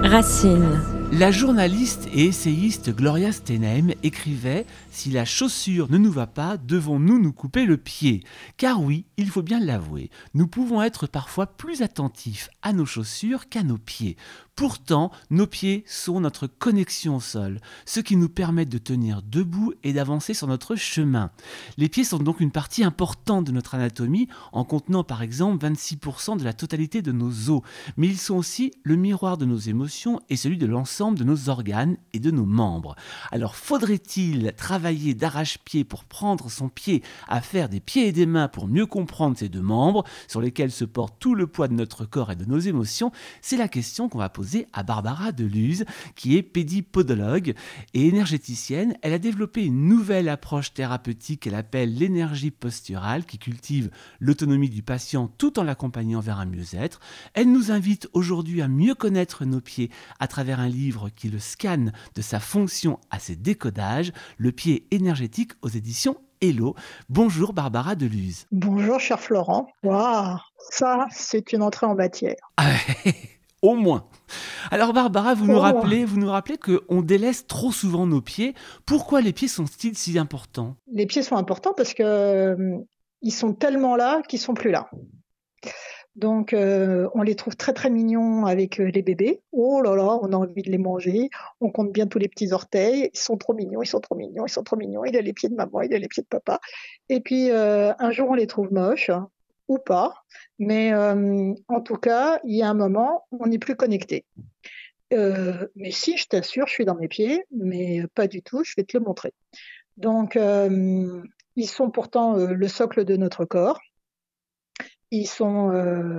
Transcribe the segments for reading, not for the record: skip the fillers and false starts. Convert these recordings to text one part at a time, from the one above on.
Racine. La journaliste et essayiste Gloria Steinem écrivait « Si la chaussure ne nous va pas, devons-nous nous couper le pied ?» Car oui, il faut bien l'avouer, nous pouvons être parfois plus attentifs à nos chaussures qu'à nos pieds. Pourtant, nos pieds sont notre connexion au sol, ce qui nous permet de tenir debout et d'avancer sur notre chemin. Les pieds sont donc une partie importante de notre anatomie, en contenant par exemple 26% de la totalité de nos os. Mais ils sont aussi le miroir de nos émotions et celui de l'ensemble de nos organes et de nos membres. Alors faudrait-il travailler d'arrache-pied pour prendre son pied à faire des pieds et des mains pour mieux comprendre ces deux membres sur lesquels se porte tout le poids de notre corps et de nos émotions? C'est la question qu'on va poser à Barbara Deluz, qui est pédipodologue et énergéticienne. Elle a développé une nouvelle approche thérapeutique qu'elle appelle l'énergie posturale, qui cultive l'autonomie du patient tout en l'accompagnant vers un mieux-être. Elle nous invite aujourd'hui à mieux connaître nos pieds à travers un livre qui le scanne de sa fonction à ses décodages, Le pied énergétique aux éditions Hello. Bonjour Barbara Deluz. Bonjour cher Florent. Waouh, ça c'est une entrée en matière. Au moins. Alors Barbara, vous nous rappelez qu'on délaisse trop souvent nos pieds. Pourquoi les pieds sont-ils si importants? Les pieds sont importants parce que ils sont tellement là qu'ils sont plus là. Donc, on les trouve très très mignons avec les bébés. Oh là là, on a envie de les manger. On compte bien tous les petits orteils. Ils sont trop mignons, ils sont trop mignons, ils sont trop mignons. Il a les pieds de maman, il a les pieds de papa. Et puis, un jour, on les trouve moches ou pas. Mais en tout cas, il y a un moment, on n'est plus connecté. Mais si, je t'assure, je suis dans mes pieds, mais pas du tout, je vais te le montrer. Donc, ils sont pourtant le socle de notre corps. Ils sont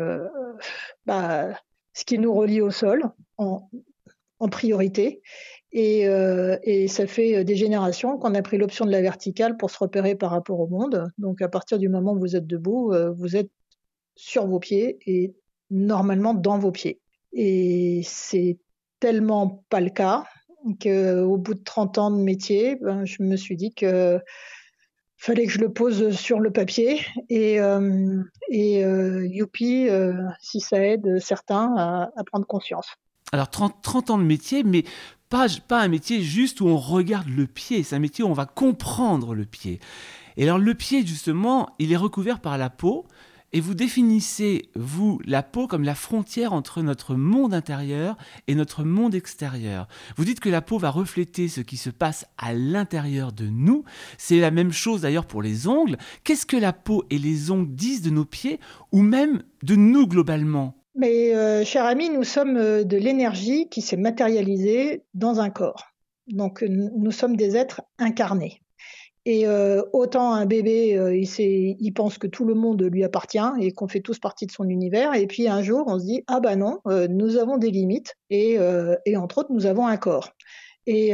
ce qui nous relie au sol en priorité. Et ça fait des générations qu'on a pris l'option de la verticale pour se repérer par rapport au monde. Donc à partir du moment où vous êtes debout, vous êtes sur vos pieds et normalement dans vos pieds. Et c'est tellement pas le cas qu'au bout de 30 ans de métier, je me suis dit que fallait que je le pose sur le papier et youpi, si ça aide certains à prendre conscience. Alors 30 ans de métier, mais pas un métier juste où on regarde le pied, c'est un métier où on va comprendre le pied. Et alors le pied justement, il est recouvert par la peau. Et vous définissez, vous, la peau comme la frontière entre notre monde intérieur et notre monde extérieur. Vous dites que la peau va refléter ce qui se passe à l'intérieur de nous. C'est la même chose d'ailleurs pour les ongles. Qu'est-ce que la peau et les ongles disent de nos pieds ou même de nous globalement ? Mais cher ami, nous sommes de l'énergie qui s'est matérialisée dans un corps. Donc nous sommes des êtres incarnés. Et autant un bébé, il pense que tout le monde lui appartient et qu'on fait tous partie de son univers. Et puis un jour, on se dit ah bah non, nous avons des limites et entre autres, nous avons un corps. Mais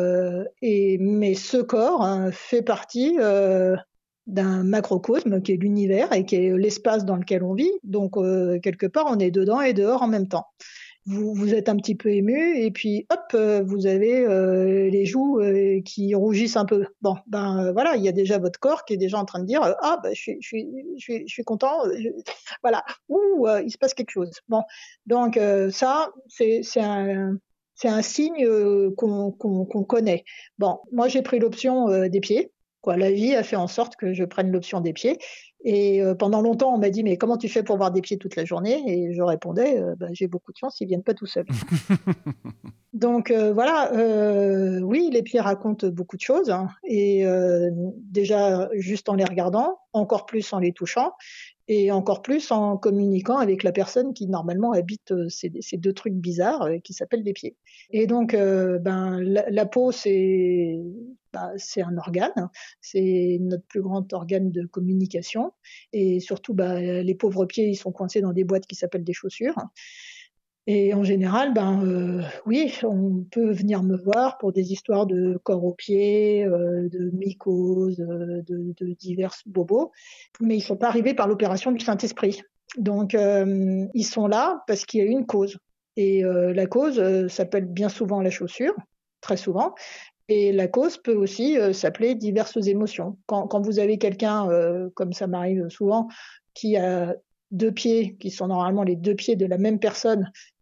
ce corps fait partie d'un macrocosme qui est l'univers et qui est l'espace dans lequel on vit. Donc quelque part, on est dedans et dehors en même temps. Vous êtes un petit peu ému et puis hop, vous avez les joues qui rougissent un peu. Bon, voilà, il y a déjà votre corps qui est déjà en train de dire ah bah je suis content, voilà, ou il se passe quelque chose. Bon, donc ça c'est un signe qu'on connaît. Bon, moi j'ai pris l'option des pieds. Quoi, la vie a fait en sorte que je prenne l'option des pieds. Et pendant longtemps, on m'a dit mais comment tu fais pour voir des pieds toute la journée? Et je répondais j'ai beaucoup de chance, ils viennent pas tout seuls. Donc voilà, oui, les pieds racontent beaucoup de choses, hein, et déjà juste en les regardant, encore plus en les touchant, et encore plus en communiquant avec la personne qui normalement habite ces deux trucs bizarres qui s'appellent les pieds. Et donc la peau c'est un organe, c'est notre plus grand organe de communication, et surtout les pauvres pieds ils sont coincés dans des boîtes qui s'appellent des chaussures. Et en général, oui, on peut venir me voir pour des histoires de corps aux pieds, de mycoses, de divers bobos, mais ils sont pas arrivés par l'opération du Saint-Esprit. Donc, ils sont là parce qu'il y a une cause. Et la cause s'appelle bien souvent la chaussure, très souvent. Et la cause peut aussi s'appeler diverses émotions. Quand vous avez quelqu'un, comme ça m'arrive souvent, qui a deux pieds, qui sont normalement les deux pieds de la même personne,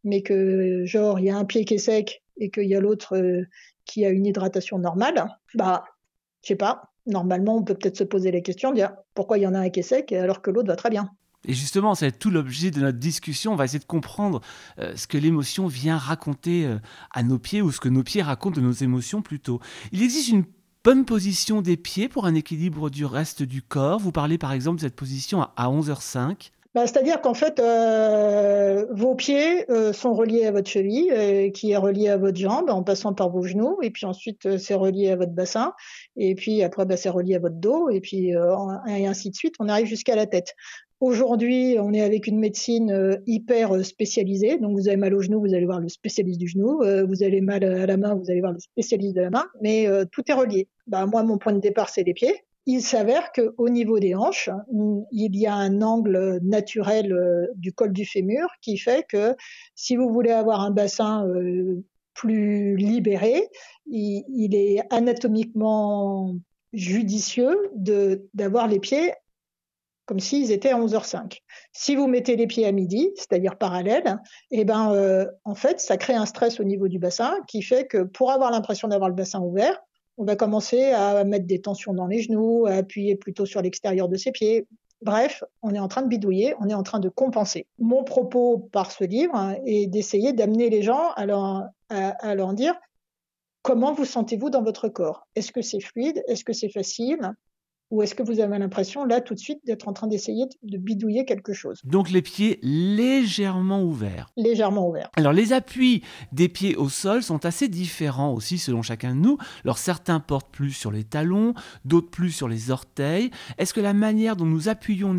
mais que genre il y a un pied qui est sec et qu'il y a l'autre qui a une hydratation normale, bah je sais pas, normalement on peut peut-être se poser la question de dire pourquoi il y en a un qui est sec alors que l'autre va très bien. Et justement, c'est tout l'objet de notre discussion. On va essayer de comprendre ce que l'émotion vient raconter à nos pieds, ou ce que nos pieds racontent de nos émotions plutôt. Il existe une bonne position des pieds pour un équilibre du reste du corps. Vous parlez par exemple de cette position à 11h05. C'est-à-dire qu'en fait, vos pieds sont reliés à votre cheville, qui est reliée à votre jambe en passant par vos genoux, et puis ensuite c'est relié à votre bassin, et puis après c'est relié à votre dos, et puis et ainsi de suite, on arrive jusqu'à la tête. Aujourd'hui, on est avec une médecine hyper spécialisée, donc vous avez mal au genou, vous allez voir le spécialiste du genou, vous avez mal à la main, vous allez voir le spécialiste de la main, mais tout est relié. Moi, mon point de départ, c'est les pieds. Il s'avère qu'au niveau des hanches, il y a un angle naturel du col du fémur qui fait que si vous voulez avoir un bassin plus libéré, il est anatomiquement judicieux d'avoir les pieds comme s'ils étaient à 11h05. Si vous mettez les pieds à midi, c'est-à-dire parallèles, en fait, ça crée un stress au niveau du bassin qui fait que pour avoir l'impression d'avoir le bassin ouvert, on va commencer à mettre des tensions dans les genoux, à appuyer plutôt sur l'extérieur de ses pieds. Bref, on est en train de bidouiller, on est en train de compenser. Mon propos par ce livre est d'essayer d'amener les gens à leur dire comment vous sentez-vous dans votre corps. Est-ce que c'est fluide? Est-ce que c'est facile? Ou est-ce que vous avez l'impression, là, tout de suite, d'être en train d'essayer de bidouiller quelque chose? Donc les pieds légèrement ouverts. Légèrement ouverts. Alors les appuis des pieds au sol sont assez différents aussi selon chacun de nous. Alors certains portent plus sur les talons, d'autres plus sur les orteils. Est-ce que la manière dont nous appuyons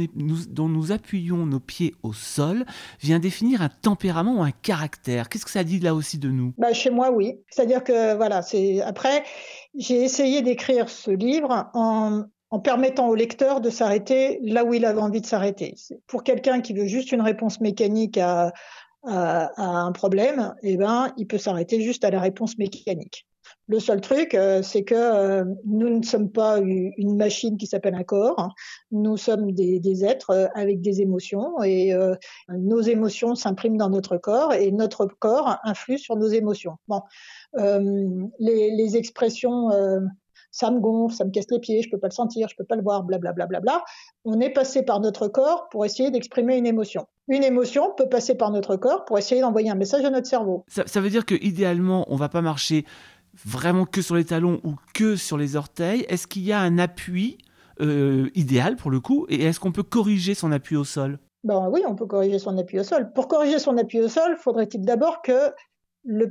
nos pieds au sol vient définir un tempérament ou un caractère? Qu'est-ce que ça dit là aussi de nous? Chez moi, oui. C'est-à-dire que, voilà, après, j'ai essayé d'écrire ce livre en permettant au lecteur de s'arrêter là où il avait envie de s'arrêter. Pour quelqu'un qui veut juste une réponse mécanique à un problème, il peut s'arrêter juste à la réponse mécanique. Le seul truc, c'est que nous ne sommes pas une machine qui s'appelle un corps. Nous sommes des êtres avec des émotions et nos émotions s'impriment dans notre corps et notre corps influe sur nos émotions. Les expressions ça me gonfle, ça me casse les pieds, je peux pas le sentir, je peux pas le voir, blablabla. Bla, bla, bla. On est passé par notre corps pour essayer d'exprimer une émotion. Une émotion peut passer par notre corps pour essayer d'envoyer un message à notre cerveau. Ça veut dire que idéalement, on va pas marcher vraiment que sur les talons ou que sur les orteils. Est-ce qu'il y a un appui idéal pour le coup, et est-ce qu'on peut corriger son appui au sol? Oui, on peut corriger son appui au sol. Pour corriger son appui au sol, faudrait-il d'abord que les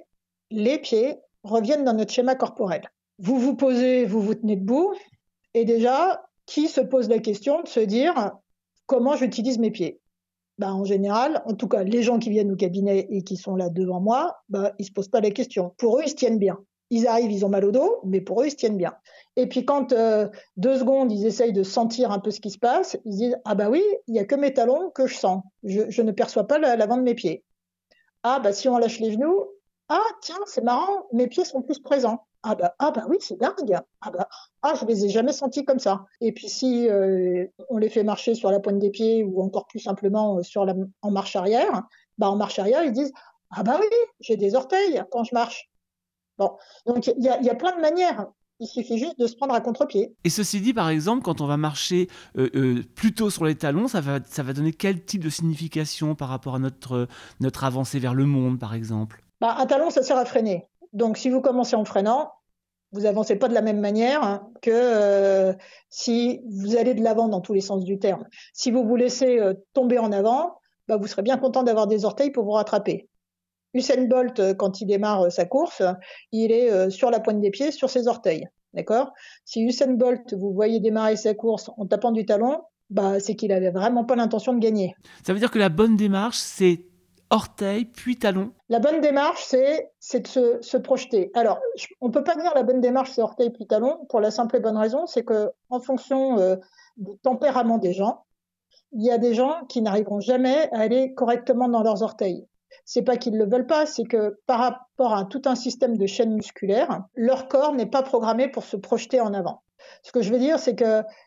pieds reviennent dans notre schéma corporel. Vous vous posez, vous vous tenez debout, et déjà, qui se pose la question de se dire comment j'utilise mes pieds? En général, en tout cas, les gens qui viennent au cabinet et qui sont là devant moi, ils se posent pas la question. Pour eux, ils se tiennent bien. Ils arrivent, ils ont mal au dos, mais pour eux, ils se tiennent bien. Et puis quand 2 secondes, ils essayent de sentir un peu ce qui se passe, ils se disent oui, il y a que mes talons que je sens. Je ne perçois pas l'avant de mes pieds. Si on lâche les genoux, tiens, c'est marrant, mes pieds sont plus présents. Oui, c'est dingue. Je les ai jamais sentis comme ça. Et puis si on les fait marcher sur la pointe des pieds ou encore plus simplement en marche arrière, en marche arrière, ils disent oui, j'ai des orteils quand je marche. Donc il y a plein de manières. Il suffit juste de se prendre à contre-pied. Et ceci dit, par exemple, quand on va marcher plutôt sur les talons, ça va donner quel type de signification par rapport à notre avancée vers le monde, par exemple? Un talon, ça sert à freiner. Donc si vous commencez en freinant, vous avancez pas de la même manière que si vous allez de l'avant dans tous les sens du terme. Si vous vous laissez tomber en avant, vous serez bien content d'avoir des orteils pour vous rattraper. Usain Bolt, quand il démarre sa course, il est sur la pointe des pieds, sur ses orteils. D'accord? Si Usain Bolt, vous voyez démarrer sa course en tapant du talon, c'est qu'il avait vraiment pas l'intention de gagner. Ça veut dire que la bonne démarche, c'est orteil puis talon? La bonne démarche, c'est de se projeter. Alors, on peut pas dire la bonne démarche, c'est orteil puis talon, pour la simple et bonne raison, c'est que en fonction du tempérament des gens, il y a des gens qui n'arriveront jamais à aller correctement dans leurs orteils. C'est pas qu'ils le veulent pas, c'est que par rapport à tout un système de chaînes musculaires, leur corps n'est pas programmé pour se projeter en avant. Ce que je veux dire, c'est que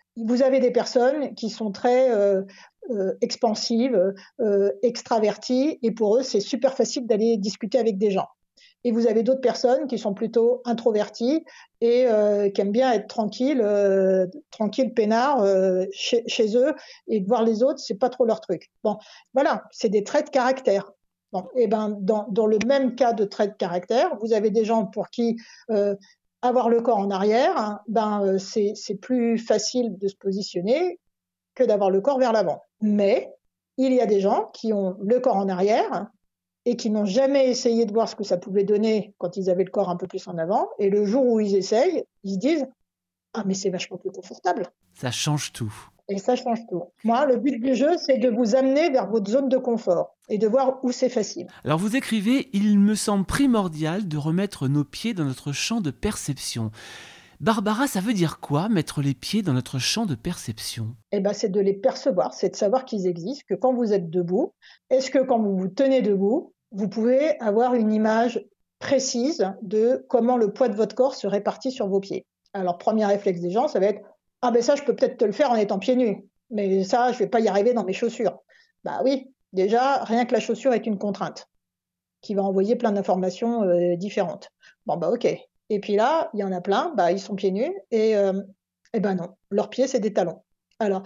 Vous avez des personnes qui sont très expansives, extraverties, et pour eux, c'est super facile d'aller discuter avec des gens. Et vous avez d'autres personnes qui sont plutôt introverties et qui aiment bien être tranquilles, peinards chez eux, et de voir les autres, c'est pas trop leur truc. Bon, voilà, c'est des traits de caractère. Bon, et ben dans le même cas de traits de caractère, vous avez des gens pour qui avoir le corps en arrière, hein, c'est plus facile de se positionner que d'avoir le corps vers l'avant. Mais il y a des gens qui ont le corps en arrière et qui n'ont jamais essayé de voir ce que ça pouvait donner quand ils avaient le corps un peu plus en avant. Et le jour où ils essayent, ils se disent ah, mais c'est vachement plus confortable. Ça change tout. Et ça change tout. Moi, le but du jeu, c'est de vous amener vers votre zone de confort et de voir où c'est facile. Alors vous écrivez, il me semble primordial de remettre nos pieds dans notre champ de perception. Barbara, ça veut dire quoi, mettre les pieds dans notre champ de perception? Eh ben, c'est de les percevoir, c'est de savoir qu'ils existent, que quand vous êtes debout, est-ce que quand vous vous tenez debout, vous pouvez avoir une image précise de comment le poids de votre corps se répartit sur vos pieds. Alors, premier réflexe des gens, ça va être ah ben ça, je peux peut-être te le faire en étant pieds nus, mais ça, je vais pas y arriver dans mes chaussures. Bah oui, déjà, rien que la chaussure est une contrainte qui va envoyer plein d'informations différentes. Bon bah ok. Et puis là, il y en a plein, bah ils sont pieds nus et ben non, leurs pieds c'est des talons. Alors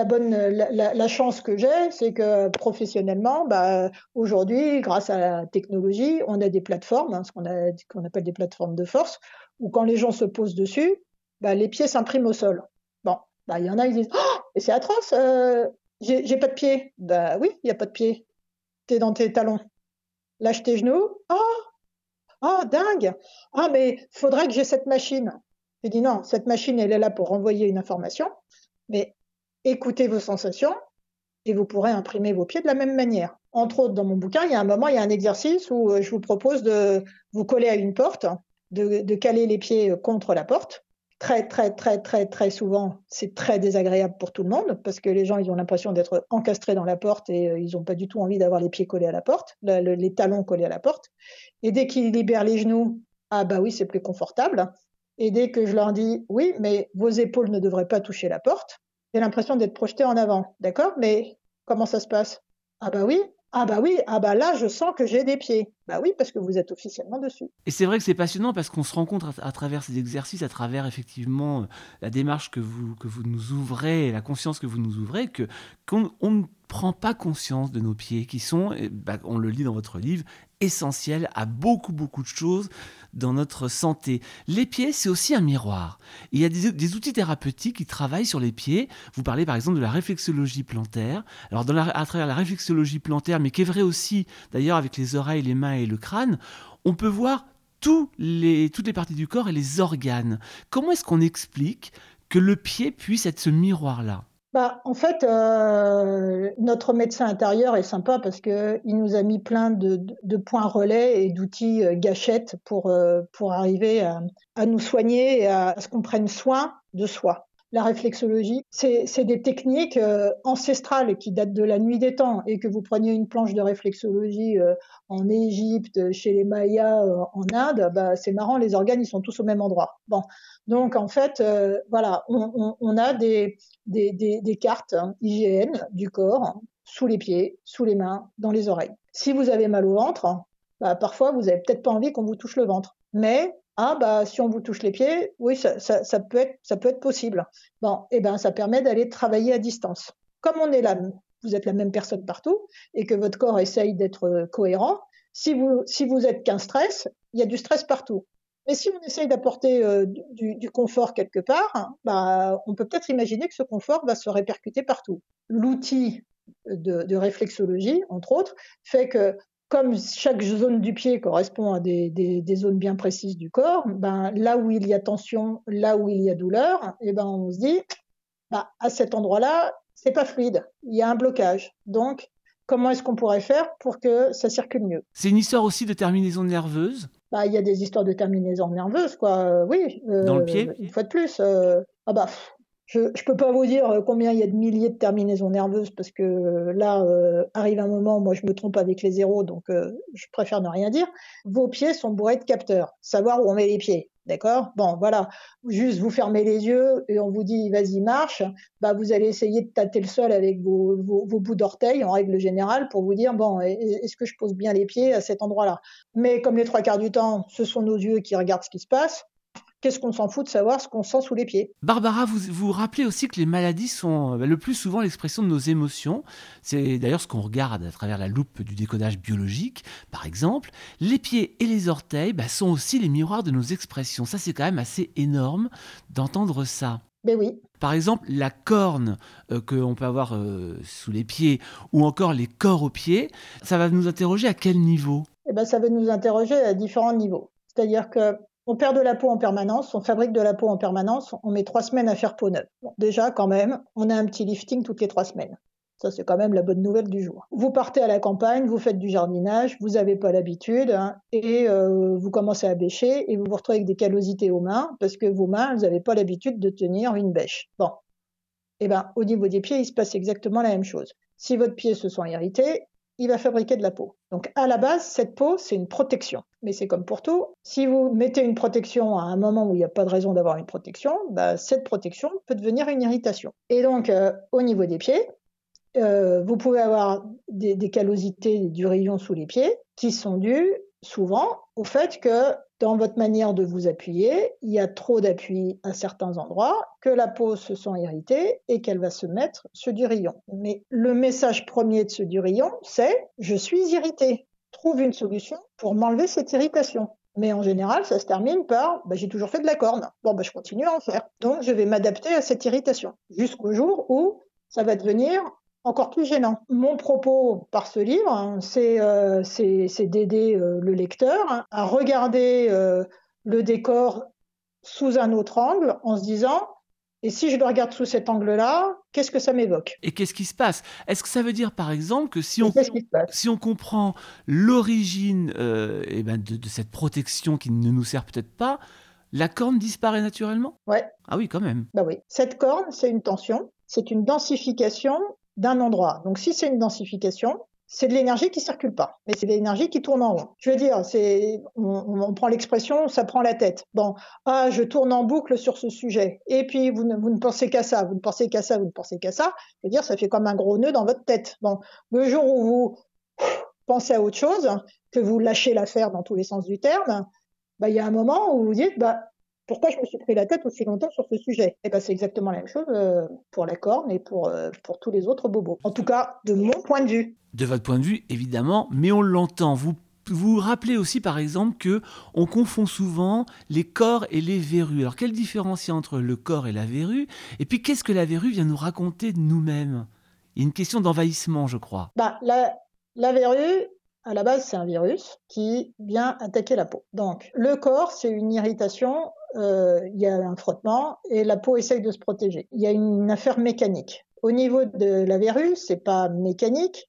la chance que j'ai, c'est que professionnellement, bah aujourd'hui, grâce à la technologie, on a des plateformes, hein, qu'on appelle des plateformes de force, où quand les gens se posent dessus, bah les pieds s'impriment au sol. Bon, bah il y en a, ils disent oh, mais c'est atroce, j'ai pas de pieds. Bah oui, il y a pas de pieds. T'es dans tes talons. Lâche tes genoux. Oh, dingue. Ah, mais faudrait que j'ai cette machine. Je dis non, cette machine, elle est là pour renvoyer une information, mais écoutez vos sensations et vous pourrez imprimer vos pieds de la même manière. Entre autres, dans mon bouquin, il y a un moment, il y a un exercice où je vous propose de vous coller à une porte, de caler les pieds contre la porte. Très, très, très, très, très souvent, c'est très désagréable pour tout le monde parce que les gens, ils ont l'impression d'être encastrés dans la porte et ils n'ont pas du tout envie d'avoir les pieds collés à la porte, les talons collés à la porte. Et dès qu'ils libèrent les genoux, ah bah oui, c'est plus confortable. Et dès que je leur dis oui, mais vos épaules ne devraient pas toucher la porte, j'ai l'impression d'être projeté en avant. D'accord? Mais comment ça se passe? Ah bah oui, ah bah oui, ah bah là, je sens que j'ai des pieds. Bah oui, parce que vous êtes officiellement dessus. Et c'est vrai que c'est passionnant parce qu'on se rend compte à travers ces exercices, à travers effectivement la démarche que vous nous ouvrez, la conscience que vous nous ouvrez, qu'on ne prend pas conscience de nos pieds qui sont, on le lit dans votre livre, essentiels à beaucoup de choses dans notre santé. Les pieds, c'est aussi un miroir. Il y a des outils thérapeutiques qui travaillent sur les pieds. Vous parlez par exemple de la réflexologie plantaire. Alors à travers la réflexologie plantaire, mais qui est vrai aussi d'ailleurs avec les oreilles, les mains et le crâne, on peut voir toutes les parties du corps et les organes. Comment est-ce qu'on explique que le pied puisse être ce miroir-là? Bah, en fait, notre médecin intérieur est sympa parce qu'il nous a mis plein de points relais et d'outils gâchettes pour arriver à nous soigner et à ce qu'on prenne soin de soi. La réflexologie, c'est des techniques ancestrales qui datent de la nuit des temps, et que vous preniez une planche de réflexologie en Égypte, chez les Mayas, en Inde, bah, c'est marrant, les organes, ils sont tous au même endroit. Bon, donc en fait, voilà, on a des cartes IGN du corps sous les pieds, sous les mains, dans les oreilles. Si vous avez mal au ventre, bah, parfois vous n'avez peut-être pas envie qu'on vous touche le ventre, mais ah bah si on vous touche les pieds, oui ça peut être possible. Bon, et ben ça permet d'aller travailler à distance. Comme on est là, vous êtes la même personne partout et que votre corps essaye d'être cohérent. Si vous êtes qu'un stress, il y a du stress partout. Mais si on essaye d'apporter du confort quelque part, bah, on peut peut-être imaginer que ce confort va se répercuter partout. L'outil de réflexologie, entre autres, fait que comme chaque zone du pied correspond à des zones bien précises du corps, ben, là où il y a tension, là où il y a douleur, et ben, on se dit, bah, à cet endroit-là, c'est pas fluide, il y a un blocage. Donc, comment est-ce qu'on pourrait faire pour que ça circule mieux? C'est une histoire aussi de terminaison nerveuse Bah, il y a des histoires de terminaison nerveuse, quoi. Oui, dans le pied. une fois de plus. Ah bah, Je ne peux pas vous dire combien il y a de milliers de terminaisons nerveuses parce que là, arrive un moment, moi je me trompe avec les zéros, donc je préfère ne rien dire. Vos pieds sont bourrés de capteurs, savoir où on met les pieds, d'accord? Bon, voilà, juste vous fermez les yeux et on vous dit vas-y marche, bah vous allez essayer de tâter le sol avec vos bouts d'orteils en règle générale pour vous dire bon, est-ce que je pose bien les pieds à cet endroit-là? Mais comme les trois quarts du temps, ce sont nos yeux qui regardent ce qui se passe, qu'est-ce qu'on s'en fout de savoir ce qu'on sent sous les pieds? Barbara, vous rappelez aussi que les maladies sont le plus souvent l'expression de nos émotions. C'est d'ailleurs ce qu'on regarde à travers la loupe du décodage biologique. Par exemple, les pieds et les orteils sont aussi les miroirs de nos expressions. Ça, c'est quand même assez énorme d'entendre ça. Ben oui. Par exemple, la corne qu'on peut avoir sous les pieds ou encore les corps aux pieds, ça va nous interroger à quel niveau? Eh ben, ça va nous interroger à différents niveaux. C'est-à-dire que on perd de la peau en permanence, on fabrique de la peau en permanence, on met 3 semaines à faire peau neuve. Bon, déjà, quand même, on a un petit lifting toutes les 3 semaines. Ça, c'est quand même la bonne nouvelle du jour. Vous partez à la campagne, vous faites du jardinage, vous n'avez pas l'habitude, hein, et vous commencez à bêcher et vous vous retrouvez avec des callosités aux mains parce que vos mains, elles n'avaient pas l'habitude de tenir une bêche. Bon, eh ben, au niveau des pieds, il se passe exactement la même chose. Si votre pied se sent irrité, il va fabriquer de la peau. Donc, à la base, cette peau, c'est une protection. Mais c'est comme pour tout. Si vous mettez une protection à un moment où il n'y a pas de raison d'avoir une protection, bah, cette protection peut devenir une irritation. Et donc, au niveau des pieds, vous pouvez avoir des callosités, du rayon sous les pieds, qui sont dues souvent au fait que dans votre manière de vous appuyer, il y a trop d'appui à certains endroits, que la peau se sent irritée et qu'elle va se mettre sur du rayon. Mais le message premier de ce durillon, c'est « je suis irrité, trouve une solution pour m'enlever cette irritation ». Mais en général, ça se termine par j'ai toujours fait de la corne. Bon, je continue à en faire. Donc, je vais m'adapter à cette irritation jusqu'au jour où ça va devenir encore plus gênant. Mon propos par ce livre, hein, c'est d'aider le lecteur à regarder le décor sous un autre angle en se disant et si je le regarde sous cet angle-là, qu'est-ce que ça m'évoque? Et qu'est-ce qui se passe? Est-ce que ça veut dire, par exemple, que Qu'est-ce qui se passe? si on comprend l'origine de cette protection qui ne nous sert peut-être pas, la corne disparaît naturellement? Ouais. Ah oui, quand même. Bah oui. Cette corne, c'est une tension, c'est une densification d'un endroit. Donc si c'est une densification, c'est de l'énergie qui circule pas, mais c'est de l'énergie qui tourne en rond. Je veux dire, on prend l'expression, ça prend la tête. Bon, je tourne en boucle sur ce sujet. Et puis vous ne pensez qu'à ça, vous ne pensez qu'à ça, vous ne pensez qu'à ça. Je veux dire, ça fait comme un gros nœud dans votre tête. Bon, le jour où vous pensez à autre chose, que vous lâchez l'affaire dans tous les sens du terme, il y a un moment où vous vous dites, pourquoi je me suis pris la tête aussi longtemps sur ce sujet? Et c'est exactement la même chose pour la corne et pour tous les autres bobos. En tout cas, de mon point de vue. De votre point de vue, évidemment, mais on l'entend. Vous rappelez aussi, par exemple, que on confond souvent les corps et les verrues. Alors, quelle différence il y a entre le corps et la verrue? Et puis, qu'est-ce que la verrue vient nous raconter de nous-mêmes? Il y a une question d'envahissement, je crois. La verrue, à la base, c'est un virus qui vient attaquer la peau. Donc, le corps, c'est une irritation, il y a un frottement et la peau essaye de se protéger. Il y a une affaire mécanique. Au niveau de la verrue, c'est pas mécanique,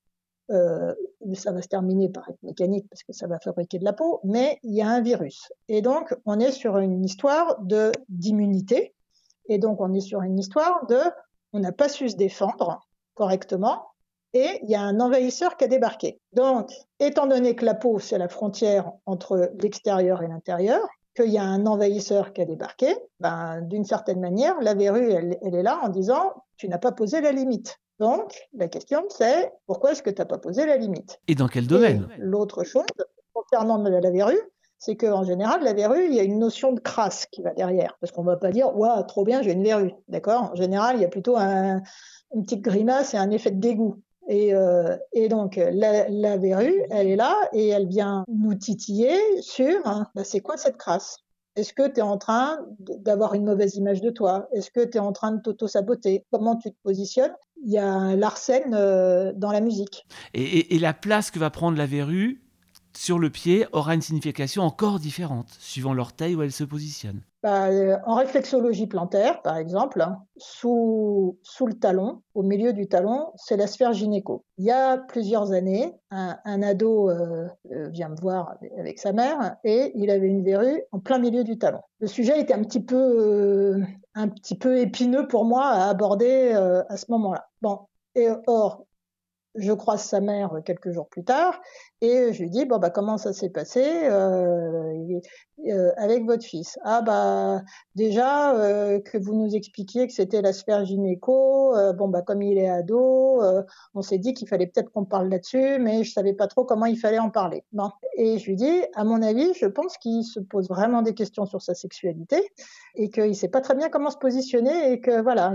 ça va se terminer par être mécanique parce que ça va fabriquer de la peau, mais il y a un virus. Et donc, on est sur une histoire d'immunité. Et donc, on est sur une histoire on n'a pas su se défendre correctement et il y a un envahisseur qui a débarqué. Donc, étant donné que la peau, c'est la frontière entre l'extérieur et l'intérieur, qu'il y a un envahisseur qui a débarqué, d'une certaine manière, la verrue, elle est là en disant « tu n'as pas posé la limite ». Donc, la question, c'est pourquoi est-ce que tu n'as pas posé la limite? Et dans quel domaine? Et l'autre chose, concernant la verrue, c'est qu'en général, la verrue, il y a une notion de crasse qui va derrière. Parce qu'on ne va pas dire « Ouah, trop bien, j'ai une verrue ». D'accord? En général, il y a plutôt une petite grimace et un effet de dégoût. Et donc, la verrue, elle est là et elle vient nous titiller sur c'est quoi cette crasse? Est-ce que tu es en train d'avoir une mauvaise image de toi? Est-ce que tu es en train de t'auto-saboter? Comment tu te positionnes? Il y a un Larsen dans la musique. Et la place que va prendre la verrue, sur le pied aura une signification encore différente, suivant l'orteil où elle se positionne. En réflexologie plantaire, par exemple, hein, sous le talon, au milieu du talon, c'est la sphère gynéco. Il y a plusieurs années, un ado vient me voir avec sa mère et il avait une verrue en plein milieu du talon. Le sujet était un petit peu épineux pour moi à aborder à ce moment-là. Bon, et or, je croise sa mère quelques jours plus tard et je lui dis bon bah comment ça s'est passé avec votre fils. Ah bah déjà que vous nous expliquiez que c'était la sphère gynéco. Bon bah comme il est ado, on s'est dit qu'il fallait peut-être qu'on parle là-dessus, mais je savais pas trop comment il fallait en parler. Bon. Et je lui dis à mon avis, je pense qu'il se pose vraiment des questions sur sa sexualité et qu'il sait pas très bien comment se positionner et que voilà,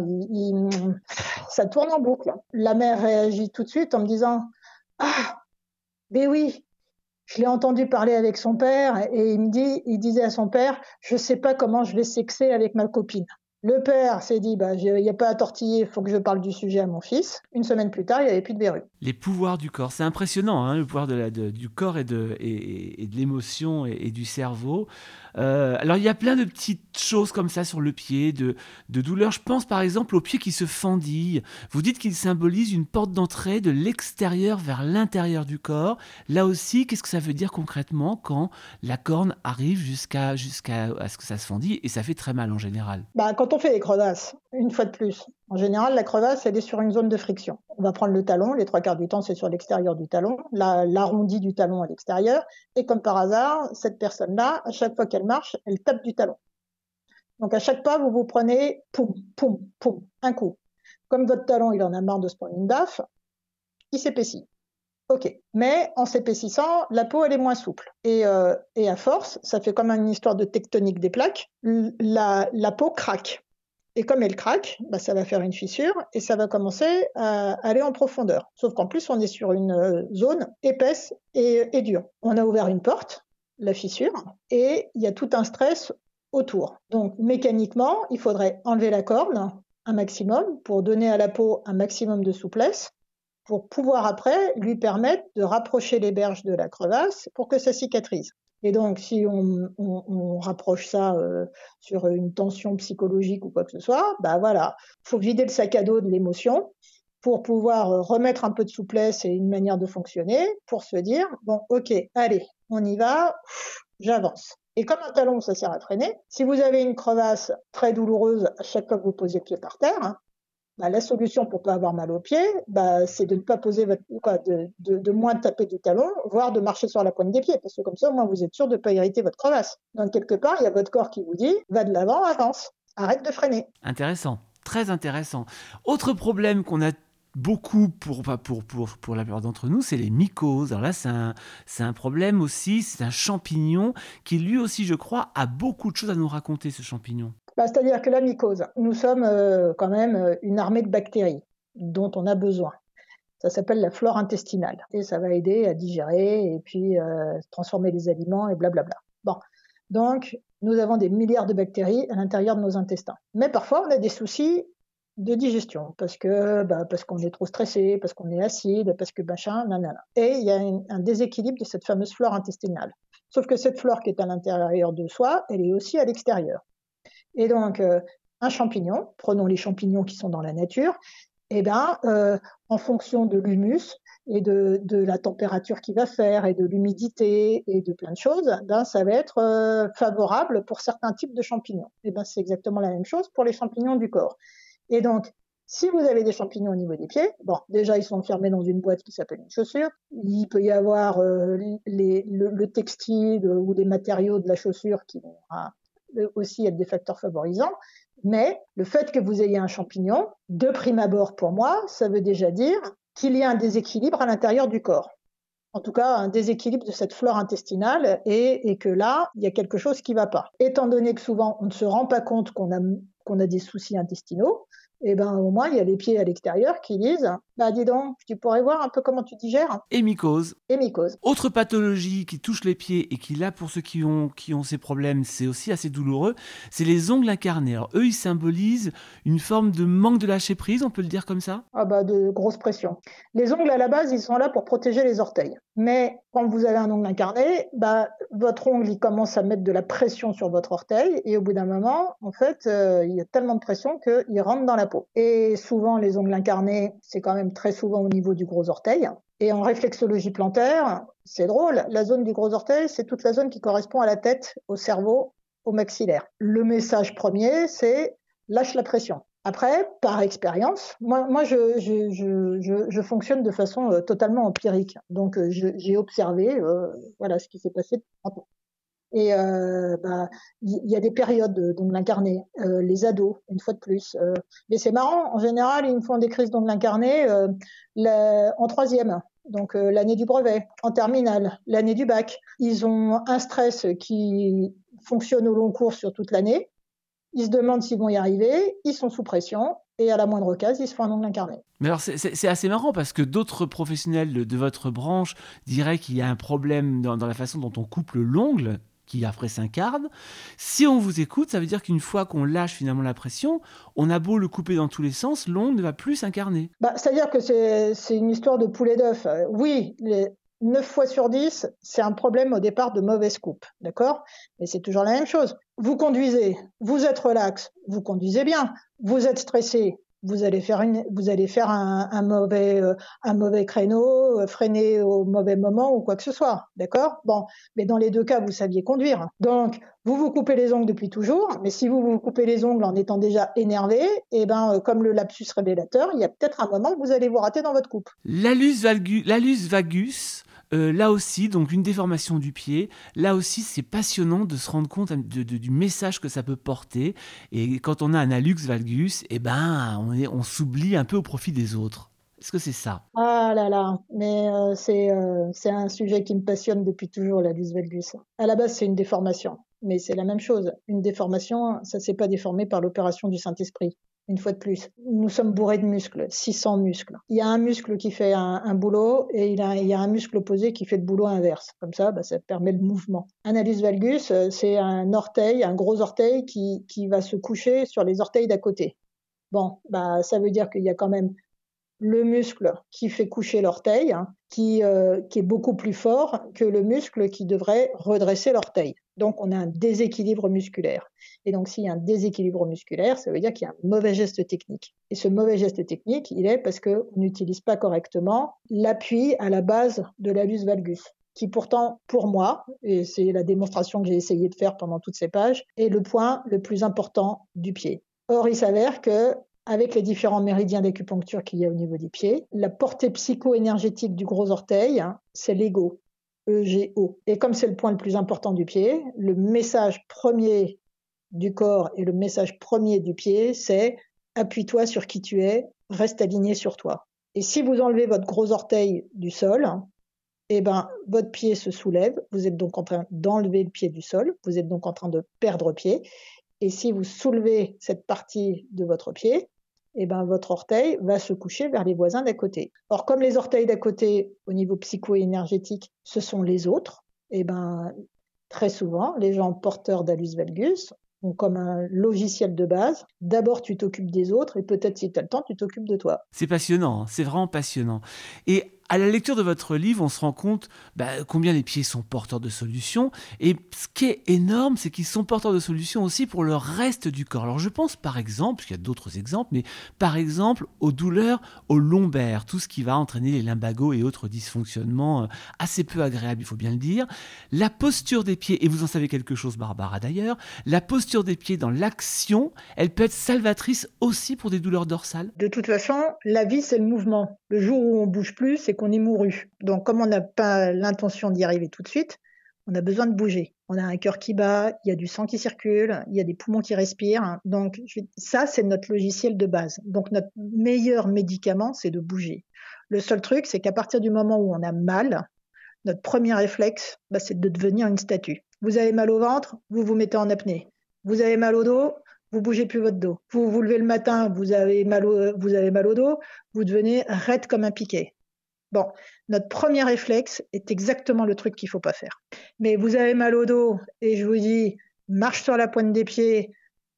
ça tourne en boucle. La mère réagit tout de suite en me disant « Ah, mais oui, je l'ai entendu parler avec son père et il disait à son père « Je sais pas comment je vais sexer avec ma copine ». Le père s'est dit bah, « Il n'y a pas à tortiller, il faut que je parle du sujet à mon fils ». Une semaine plus tard, il n'y avait plus de verrue. Les pouvoirs du corps, c'est impressionnant, hein, le pouvoir du corps et de l'émotion et du cerveau. Alors il y a plein de petites choses comme ça sur le pied, de douleurs. Je pense par exemple au pied qui se fendille. Vous dites qu'il symbolise une porte d'entrée de l'extérieur vers l'intérieur du corps. Là aussi, qu'est-ce que ça veut dire concrètement quand la corne arrive jusqu'à ce que ça se fendille et ça fait très mal en général? Quand on fait des crevasses, une fois de plus, en général, la crevasse, elle est sur une zone de friction. On va prendre le talon, les 3/4 du temps, c'est sur l'extérieur du talon, l'arrondi du talon à l'extérieur, et comme par hasard, cette personne-là, à chaque fois qu'elle marche, elle tape du talon. Donc à chaque pas, vous prenez poum, poum, poum, un coup. Comme votre talon, il en a marre de se prendre une baffe, il s'épaissit. Ok, mais en s'épaississant, la peau, elle est moins souple. Et à force, ça fait comme une histoire de tectonique des plaques, la peau craque. Et comme elle craque, ça va faire une fissure et ça va commencer à aller en profondeur. Sauf qu'en plus, on est sur une zone épaisse et dure. On a ouvert une porte, la fissure, et il y a tout un stress autour. Donc mécaniquement, il faudrait enlever la corne un maximum pour donner à la peau un maximum de souplesse pour pouvoir après lui permettre de rapprocher les berges de la crevasse pour que ça cicatrise. Et donc, si on rapproche ça sur une tension psychologique ou quoi que ce soit, voilà, faut vider le sac à dos de l'émotion pour pouvoir remettre un peu de souplesse et une manière de fonctionner pour se dire, bon, ok, allez, on y va, j'avance. Et comme un talon, ça sert à freiner, si vous avez une crevasse très douloureuse à chaque fois que vous posez le pied par terre, la solution pour pas avoir mal aux pieds, c'est de ne pas poser de moins taper du talon, voire de marcher sur la pointe des pieds, parce que comme ça, au moins, vous êtes sûr de ne pas irriter votre crevasse. Donc, quelque part, il y a votre corps qui vous dit, va de l'avant, avance, arrête de freiner. Intéressant, très intéressant. Autre problème qu'on a beaucoup pour la plupart d'entre nous, c'est les mycoses. Alors là, c'est un problème aussi, c'est un champignon qui lui aussi, je crois, a beaucoup de choses à nous raconter, ce champignon. C'est-à-dire que la mycose, nous sommes quand même une armée de bactéries dont on a besoin. Ça s'appelle la flore intestinale et ça va aider à digérer et puis transformer les aliments et blablabla. Bon, donc nous avons des milliards de bactéries à l'intérieur de nos intestins. Mais parfois on a des soucis de digestion parce qu'on est trop stressé, parce qu'on est acide, parce que machin, nanana. Et il y a un déséquilibre de cette fameuse flore intestinale. Sauf que cette flore qui est à l'intérieur de soi, elle est aussi à l'extérieur. Et donc, un champignon, prenons les champignons qui sont dans la nature, en fonction de l'humus et de la température qu'il va faire et de l'humidité et de plein de choses, ça va être favorable pour certains types de champignons. C'est exactement la même chose pour les champignons du corps. Et donc, si vous avez des champignons au niveau des pieds, déjà ils sont enfermés dans une boîte qui s'appelle une chaussure. Il peut y avoir le textile ou les matériaux de la chaussure qui vont aussi être des facteurs favorisants, mais le fait que vous ayez un champignon, de prime abord pour moi, ça veut déjà dire qu'il y a un déséquilibre à l'intérieur du corps. En tout cas, un déséquilibre de cette flore intestinale et que là, il y a quelque chose qui ne va pas. Étant donné que souvent, on ne se rend pas compte qu'on a des soucis intestinaux, au moins, il y a les pieds à l'extérieur qui disent « dis donc, tu pourrais voir un peu comment tu digères ?» Et mycose. Et mycose. Autre pathologie qui touche les pieds et qui, là, pour ceux qui ont ces problèmes, c'est aussi assez douloureux, c'est les ongles incarnés. Alors, eux, ils symbolisent une forme de manque de lâcher prise, on peut le dire comme ça ? De grosse pression. Les ongles, à la base, ils sont là pour protéger les orteils. Mais quand vous avez un ongle incarné, votre ongle il commence à mettre de la pression sur votre orteil et au bout d'un moment, en fait, il y a tellement de pression qu'il rentre dans la peau. Et souvent, les ongles incarnés, c'est quand même très souvent au niveau du gros orteil. Et en réflexologie plantaire, c'est drôle, la zone du gros orteil, c'est toute la zone qui correspond à la tête, au cerveau, au maxillaire. Le message premier, c'est lâche la pression. Après, par expérience, moi je fonctionne de façon totalement empirique. Donc, j'ai observé voilà, ce qui s'est passé depuis 30 ans. Et il y a des périodes d'ongles incarnés, les ados, une fois de plus. Mais c'est marrant, en général, ils me font des crises d'ongles incarnés en troisième, donc l'année du brevet, en terminale, l'année du bac. Ils ont un stress qui fonctionne au long cours sur toute l'année. Ils se demandent s'ils vont y arriver, ils sont sous pression, et à la moindre occasion, ils se font un ongle incarné. Mais alors, c'est assez marrant parce que d'autres professionnels de votre branche diraient qu'il y a un problème dans la façon dont on coupe l'ongle, qui après s'incarne. Si on vous écoute, ça veut dire qu'une fois qu'on lâche finalement la pression, on a beau le couper dans tous les sens, l'ongle ne va plus s'incarner. C'est-à-dire que c'est une histoire de poulet d'œuf. Oui, 9 fois sur 10, c'est un problème au départ de mauvaise coupe, d'accord? Mais c'est toujours la même chose. Vous conduisez, vous êtes relax, vous conduisez bien. Vous êtes stressé, vous allez faire un mauvais créneau, freiner au mauvais moment ou quoi que ce soit, d'accord? Bon, mais dans les deux cas, vous saviez conduire. Donc, vous vous coupez les ongles depuis toujours, mais si vous vous coupez les ongles en étant déjà énervé, comme le lapsus révélateur, il y a peut-être un moment que vous allez vous rater dans votre coupe. L'allus vagus, là aussi, donc une déformation du pied. Là aussi, c'est passionnant de se rendre compte du message que ça peut porter. Et quand on a un hallux valgus, on s'oublie un peu au profit des autres. Est-ce que c'est ça? Ah là là, mais c'est un sujet qui me passionne depuis toujours, l'allus valgus. À la base, c'est une déformation, mais c'est la même chose. Une déformation, ça ne s'est pas déformé par l'opération du Saint-Esprit. Une fois de plus, nous sommes bourrés de muscles, 600 muscles. Il y a un muscle qui fait un boulot et il y a un muscle opposé qui fait le boulot inverse. Comme ça permet le mouvement. Un hallux valgus, c'est un orteil, un gros orteil qui va se coucher sur les orteils d'à côté. Bon, ça veut dire qu'il y a quand même le muscle qui fait coucher l'orteil, qui est beaucoup plus fort que le muscle qui devrait redresser l'orteil. Donc, on a un déséquilibre musculaire. Et donc, s'il y a un déséquilibre musculaire, ça veut dire qu'il y a un mauvais geste technique. Et ce mauvais geste technique, il est parce qu'on n'utilise pas correctement l'appui à la base de l'hallux valgus, qui pourtant, pour moi, et c'est la démonstration que j'ai essayé de faire pendant toutes ces pages, est le point le plus important du pied. Or, il s'avère que avec les différents méridiens d'acupuncture qu'il y a au niveau des pieds, la portée psycho-énergétique du gros orteil, c'est l'ego, E-G-O. Et comme c'est le point le plus important du pied, le message premier du corps et le message premier du pied, c'est appuie-toi sur qui tu es, reste aligné sur toi. Et si vous enlevez votre gros orteil du sol, votre pied se soulève, vous êtes donc en train d'enlever le pied du sol, vous êtes donc en train de perdre pied. Et si vous soulevez cette partie de votre pied, votre orteil va se coucher vers les voisins d'à côté. Or, comme les orteils d'à côté, au niveau psycho-énergétique, ce sont les autres, très souvent, les gens porteurs d'hallux valgus ont comme un logiciel de base. D'abord, tu t'occupes des autres et peut-être, si tu as le temps, tu t'occupes de toi. C'est passionnant, c'est vraiment passionnant. Et à la lecture de votre livre, on se rend compte combien les pieds sont porteurs de solutions. Et ce qui est énorme, c'est qu'ils sont porteurs de solutions aussi pour le reste du corps. Alors je pense par exemple, parce qu'il y a d'autres exemples, mais par exemple aux douleurs au lombaire, tout ce qui va entraîner les lumbagos et autres dysfonctionnements assez peu agréables, il faut bien le dire. La posture des pieds, et vous en savez quelque chose Barbara d'ailleurs, la posture des pieds dans l'action, elle peut être salvatrice aussi pour des douleurs dorsales. De toute façon, la vie c'est le mouvement. Le jour où on bouge plus, c'est qu'on est mouru. Donc, comme on n'a pas l'intention d'y arriver tout de suite, on a besoin de bouger. On a un cœur qui bat, il y a du sang qui circule, il y a des poumons qui respirent. Donc, ça, c'est notre logiciel de base. Donc, notre meilleur médicament, c'est de bouger. Le seul truc, c'est qu'à partir du moment où on a mal, notre premier réflexe, c'est de devenir une statue. Vous avez mal au ventre, vous vous mettez en apnée. Vous avez mal au dos, vous bougez plus votre dos. Vous vous levez le matin, vous avez mal au dos, vous devenez raide comme un piquet. Bon, notre premier réflexe est exactement le truc qu'il ne faut pas faire. Mais vous avez mal au dos et je vous dis, marche sur la pointe des pieds,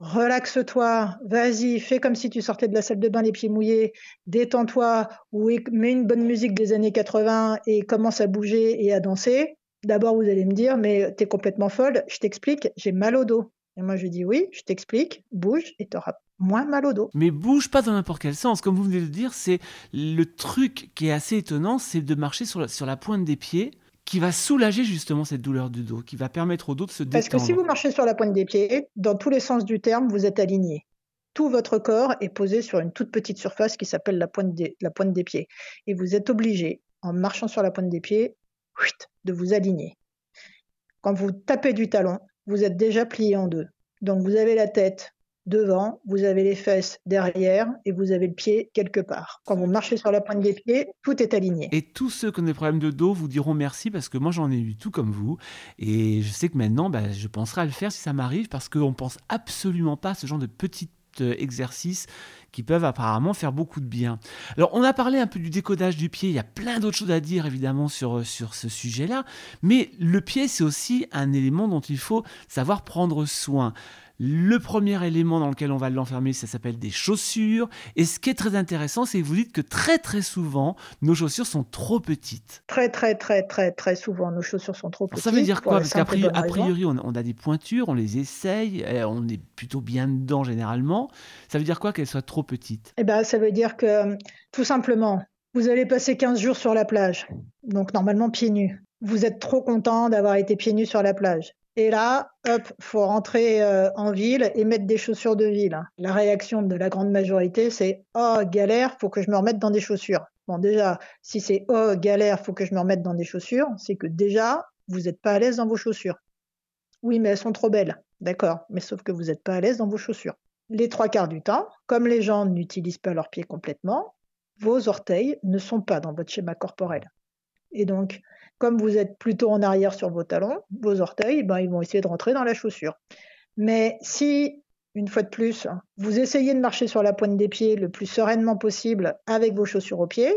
relaxe-toi, vas-y, fais comme si tu sortais de la salle de bain les pieds mouillés, détends-toi ou mets une bonne musique des années 80 et commence à bouger et à danser. D'abord, vous allez me dire, mais t'es complètement folle, je t'explique, j'ai mal au dos. Et moi, je dis oui, je t'explique, bouge et t'auras moins mal au dos. Mais bouge pas dans n'importe quel sens. Comme vous venez de le dire, c'est le truc qui est assez étonnant, c'est de marcher sur la pointe des pieds, qui va soulager justement cette douleur du dos, qui va permettre au dos de se Parce que si détendre. vous marchez sur la pointe des pieds, dans tous les sens du terme, vous êtes aligné. Tout votre corps est posé sur une toute petite surface qui s'appelle la pointe des pieds. Et vous êtes obligé, en marchant sur la pointe des pieds, de vous aligner. Quand vous tapez du talon, vous êtes déjà plié en deux. Donc vous avez la tête devant, vous avez les fesses derrière et vous avez le pied quelque part. Quand vous marchez sur la pointe des pieds, tout est aligné. Et tous ceux qui ont des problèmes de dos vous diront merci parce que moi j'en ai eu tout comme vous. Et je sais que maintenant, je penserai à le faire si ça m'arrive parce qu'on pense absolument pas à ce genre de petits exercices qui peuvent apparemment faire beaucoup de bien. Alors on a parlé un peu du décodage du pied, il y a plein d'autres choses à dire évidemment sur ce sujet-là, mais le pied c'est aussi un élément dont il faut savoir prendre soin. Le premier élément dans lequel on va l'enfermer, ça s'appelle des chaussures. Et ce qui est très intéressant, c'est que vous dites que très très souvent, nos chaussures sont trop petites. Très, très, très, très, très souvent, nos chaussures sont trop Alors, ça veut petites dire pour quoi? la Parce qu'a simple et bonne raison. priori, on a des pointures, on les essaye, on est plutôt bien dedans généralement. Ça veut dire quoi qu'elles soient trop petites? Eh ben, ça veut dire que, tout simplement, vous allez passer 15 jours sur la plage, donc normalement pieds nus. Vous êtes trop content d'avoir été pieds nus sur la plage. Et là, hop, faut rentrer en ville et mettre des chaussures de ville. La réaction de la grande majorité, c'est oh galère, faut que je me remette dans des chaussures. Bon déjà, si c'est oh galère, faut que je me remette dans des chaussures, c'est que déjà vous n'êtes pas à l'aise dans vos chaussures. Oui, mais elles sont trop belles, d'accord. Mais sauf que vous n'êtes pas à l'aise dans vos chaussures. Les trois quarts du temps, comme les gens n'utilisent pas leurs pieds complètement, vos orteils ne sont pas dans votre schéma corporel. Et donc, comme vous êtes plutôt en arrière sur vos talons, vos orteils, ils vont essayer de rentrer dans la chaussure. Mais si, une fois de plus, vous essayez de marcher sur la pointe des pieds le plus sereinement possible avec vos chaussures aux pieds,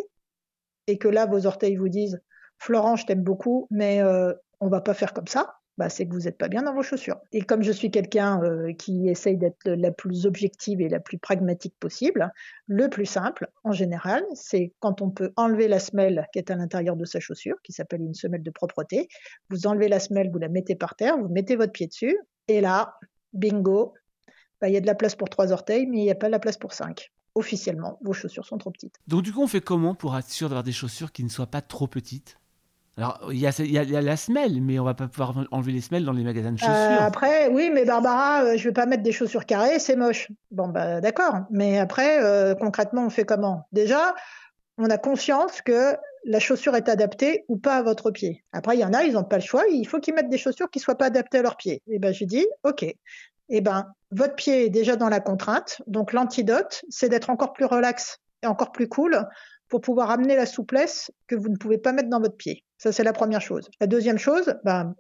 et que là, vos orteils vous disent « Florent, je t'aime beaucoup, mais on va pas faire comme ça », c'est que vous n'êtes pas bien dans vos chaussures. Et comme je suis quelqu'un qui essaye d'être la plus objective et la plus pragmatique possible, le plus simple, en général, c'est quand on peut enlever la semelle qui est à l'intérieur de sa chaussure, qui s'appelle une semelle de propreté, vous enlevez la semelle, vous la mettez par terre, vous mettez votre pied dessus, et là, bingo, il y a de la place pour 3 orteils, mais il n'y a pas de la place pour 5. Officiellement, vos chaussures sont trop petites. Donc du coup, on fait comment pour être sûr d'avoir des chaussures qui ne soient pas trop petites? Alors, il y a la semelle, mais on va pas pouvoir enlever les semelles dans les magasins de chaussures. Après, oui, mais Barbara, je vais pas mettre des chaussures carrées, c'est moche. Bon, d'accord. Mais après, concrètement, on fait comment? Déjà, on a conscience que la chaussure est adaptée ou pas à votre pied. Après, il y en a, ils n'ont pas le choix, il faut qu'ils mettent des chaussures qui soient pas adaptées à leur pied. Et je dis, ok. Votre pied est déjà dans la contrainte, donc l'antidote, c'est d'être encore plus relax et encore plus cool pour pouvoir amener la souplesse que vous ne pouvez pas mettre dans votre pied. Ça, c'est la première chose. La deuxième chose,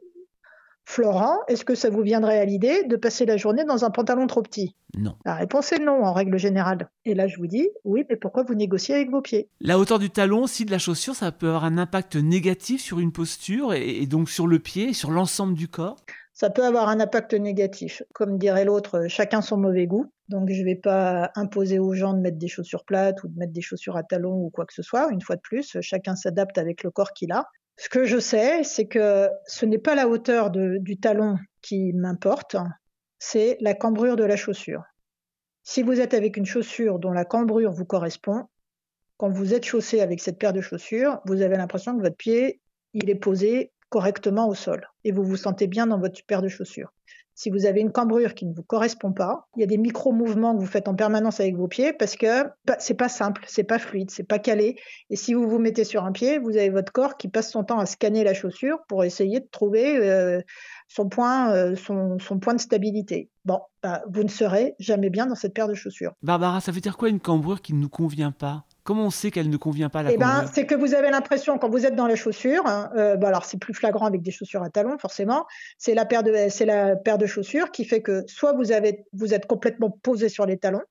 Florent, est-ce que ça vous viendrait à l'idée de passer la journée dans un pantalon trop petit? Non. La réponse est non, en règle générale. Et là, je vous dis, oui, mais pourquoi vous négociez avec vos pieds? La hauteur du talon aussi de la chaussure, ça peut avoir un impact négatif sur une posture et donc sur le pied, sur l'ensemble du corps? Ça peut avoir un impact négatif. Comme dirait l'autre, chacun son mauvais goût. Donc, je ne vais pas imposer aux gens de mettre des chaussures plates ou de mettre des chaussures à talons ou quoi que ce soit. Une fois de plus, chacun s'adapte avec le corps qu'il a. Ce que je sais, c'est que ce n'est pas la hauteur du talon qui m'importe, c'est la cambrure de la chaussure. Si vous êtes avec une chaussure dont la cambrure vous correspond, quand vous êtes chaussé avec cette paire de chaussures, vous avez l'impression que votre pied, il est posé correctement au sol et vous vous sentez bien dans votre paire de chaussures. Si vous avez une cambrure qui ne vous correspond pas, il y a des micro-mouvements que vous faites en permanence avec vos pieds parce que c'est pas simple, c'est pas fluide, c'est pas calé. Et si vous vous mettez sur un pied, vous avez votre corps qui passe son temps à scanner la chaussure pour essayer de trouver son point de stabilité. Bon, vous ne serez jamais bien dans cette paire de chaussures. Barbara, ça veut dire quoi une cambrure qui ne nous convient pas? Comment on sait qu'elle ne convient pas, la cambrure? C'est que vous avez l'impression, quand vous êtes dans la chaussure, alors c'est plus flagrant avec des chaussures à talons, forcément, c'est la paire de chaussures qui fait que soit vous êtes complètement posé sur les talons,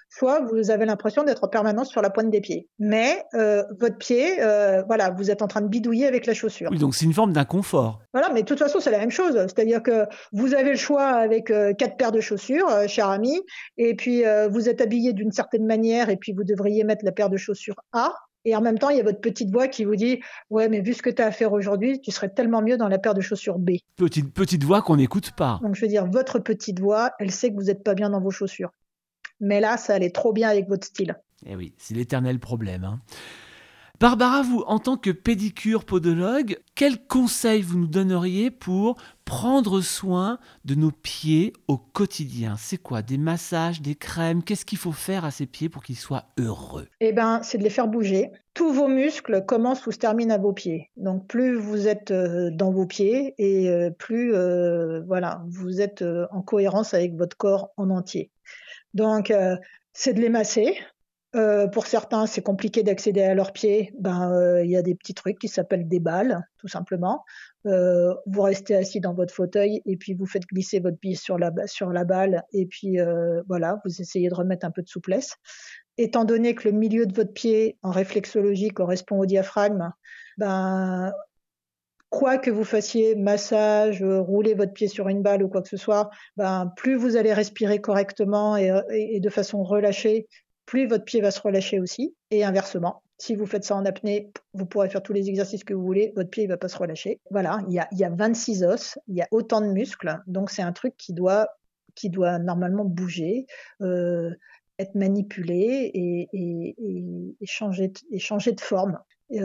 soit vous avez l'impression d'être en permanence sur la pointe des pieds. Mais votre pied, voilà, vous êtes en train de bidouiller avec la chaussure. Oui, donc c'est une forme d'inconfort. Voilà, mais de toute façon, c'est la même chose. C'est-à-dire que vous avez le choix avec 4 paires de chaussures, cher ami, et puis vous êtes habillé d'une certaine manière, et puis vous devriez mettre la paire de chaussures A. Et en même temps, il y a votre petite voix qui vous dit: ouais, mais vu ce que tu as à faire aujourd'hui, tu serais tellement mieux dans la paire de chaussures B. Petite voix qu'on n'écoute pas. Donc, je veux dire, votre petite voix, elle sait que vous n'êtes pas bien dans vos chaussures. Mais là, ça allait trop bien avec votre style. Eh oui, c'est l'éternel problème, hein. Barbara, vous, en tant que pédicure-podologue, quels conseils vous nous donneriez pour prendre soin de nos pieds au quotidien? C'est quoi? Des massages, des crèmes? Qu'est-ce qu'il faut faire à ces pieds pour qu'ils soient heureux? Eh ben, c'est de les faire bouger. Tous vos muscles commencent ou se terminent à vos pieds. Donc, plus vous êtes dans vos pieds et plus voilà, vous êtes en cohérence avec votre corps en entier. Donc, c'est de les masser. Pour certains, c'est compliqué d'accéder à leurs pieds. Il y a des petits trucs qui s'appellent des balles, tout simplement. Vous restez assis dans votre fauteuil et puis vous faites glisser votre pied sur la balle et puis voilà, vous essayez de remettre un peu de souplesse. Étant donné que le milieu de votre pied, en réflexologie, correspond au diaphragme, ben, quoi que vous fassiez, massage, rouler votre pied sur une balle ou quoi que ce soit, plus vous allez respirer correctement et de façon relâchée, plus votre pied va se relâcher aussi. Et inversement, si vous faites ça en apnée, vous pourrez faire tous les exercices que vous voulez, votre pied ne va pas se relâcher. Voilà, il y a 26 os, il y a autant de muscles, donc c'est un truc qui doit normalement bouger, être manipulé et changer de forme.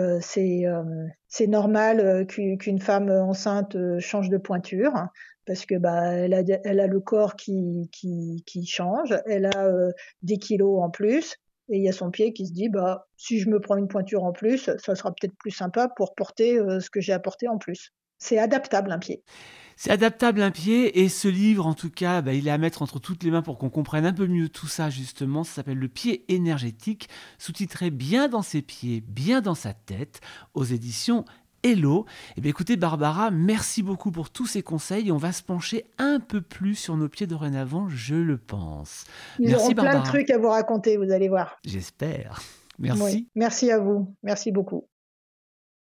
C'est normal qu'une femme enceinte change de pointure parce que elle a le corps qui change, elle a des kilos en plus et il y a son pied qui se dit si je me prends une pointure en plus, ça sera peut-être plus sympa pour porter ce que j'ai à porter en plus. C'est adaptable un pied. C'est adaptable un pied et ce livre, en tout cas, il est à mettre entre toutes les mains pour qu'on comprenne un peu mieux tout ça, justement. Ça s'appelle Le pied énergétique, sous-titré Bien dans ses pieds, bien dans sa tête, aux éditions Hello. Eh bien, écoutez, Barbara, merci beaucoup pour tous ces conseils et on va se pencher un peu plus sur nos pieds dorénavant, je le pense. Ils Merci, auront plein de Barbara. trucs à vous raconter, vous allez voir. J'espère. Oui. Merci. Merci à vous. Merci beaucoup.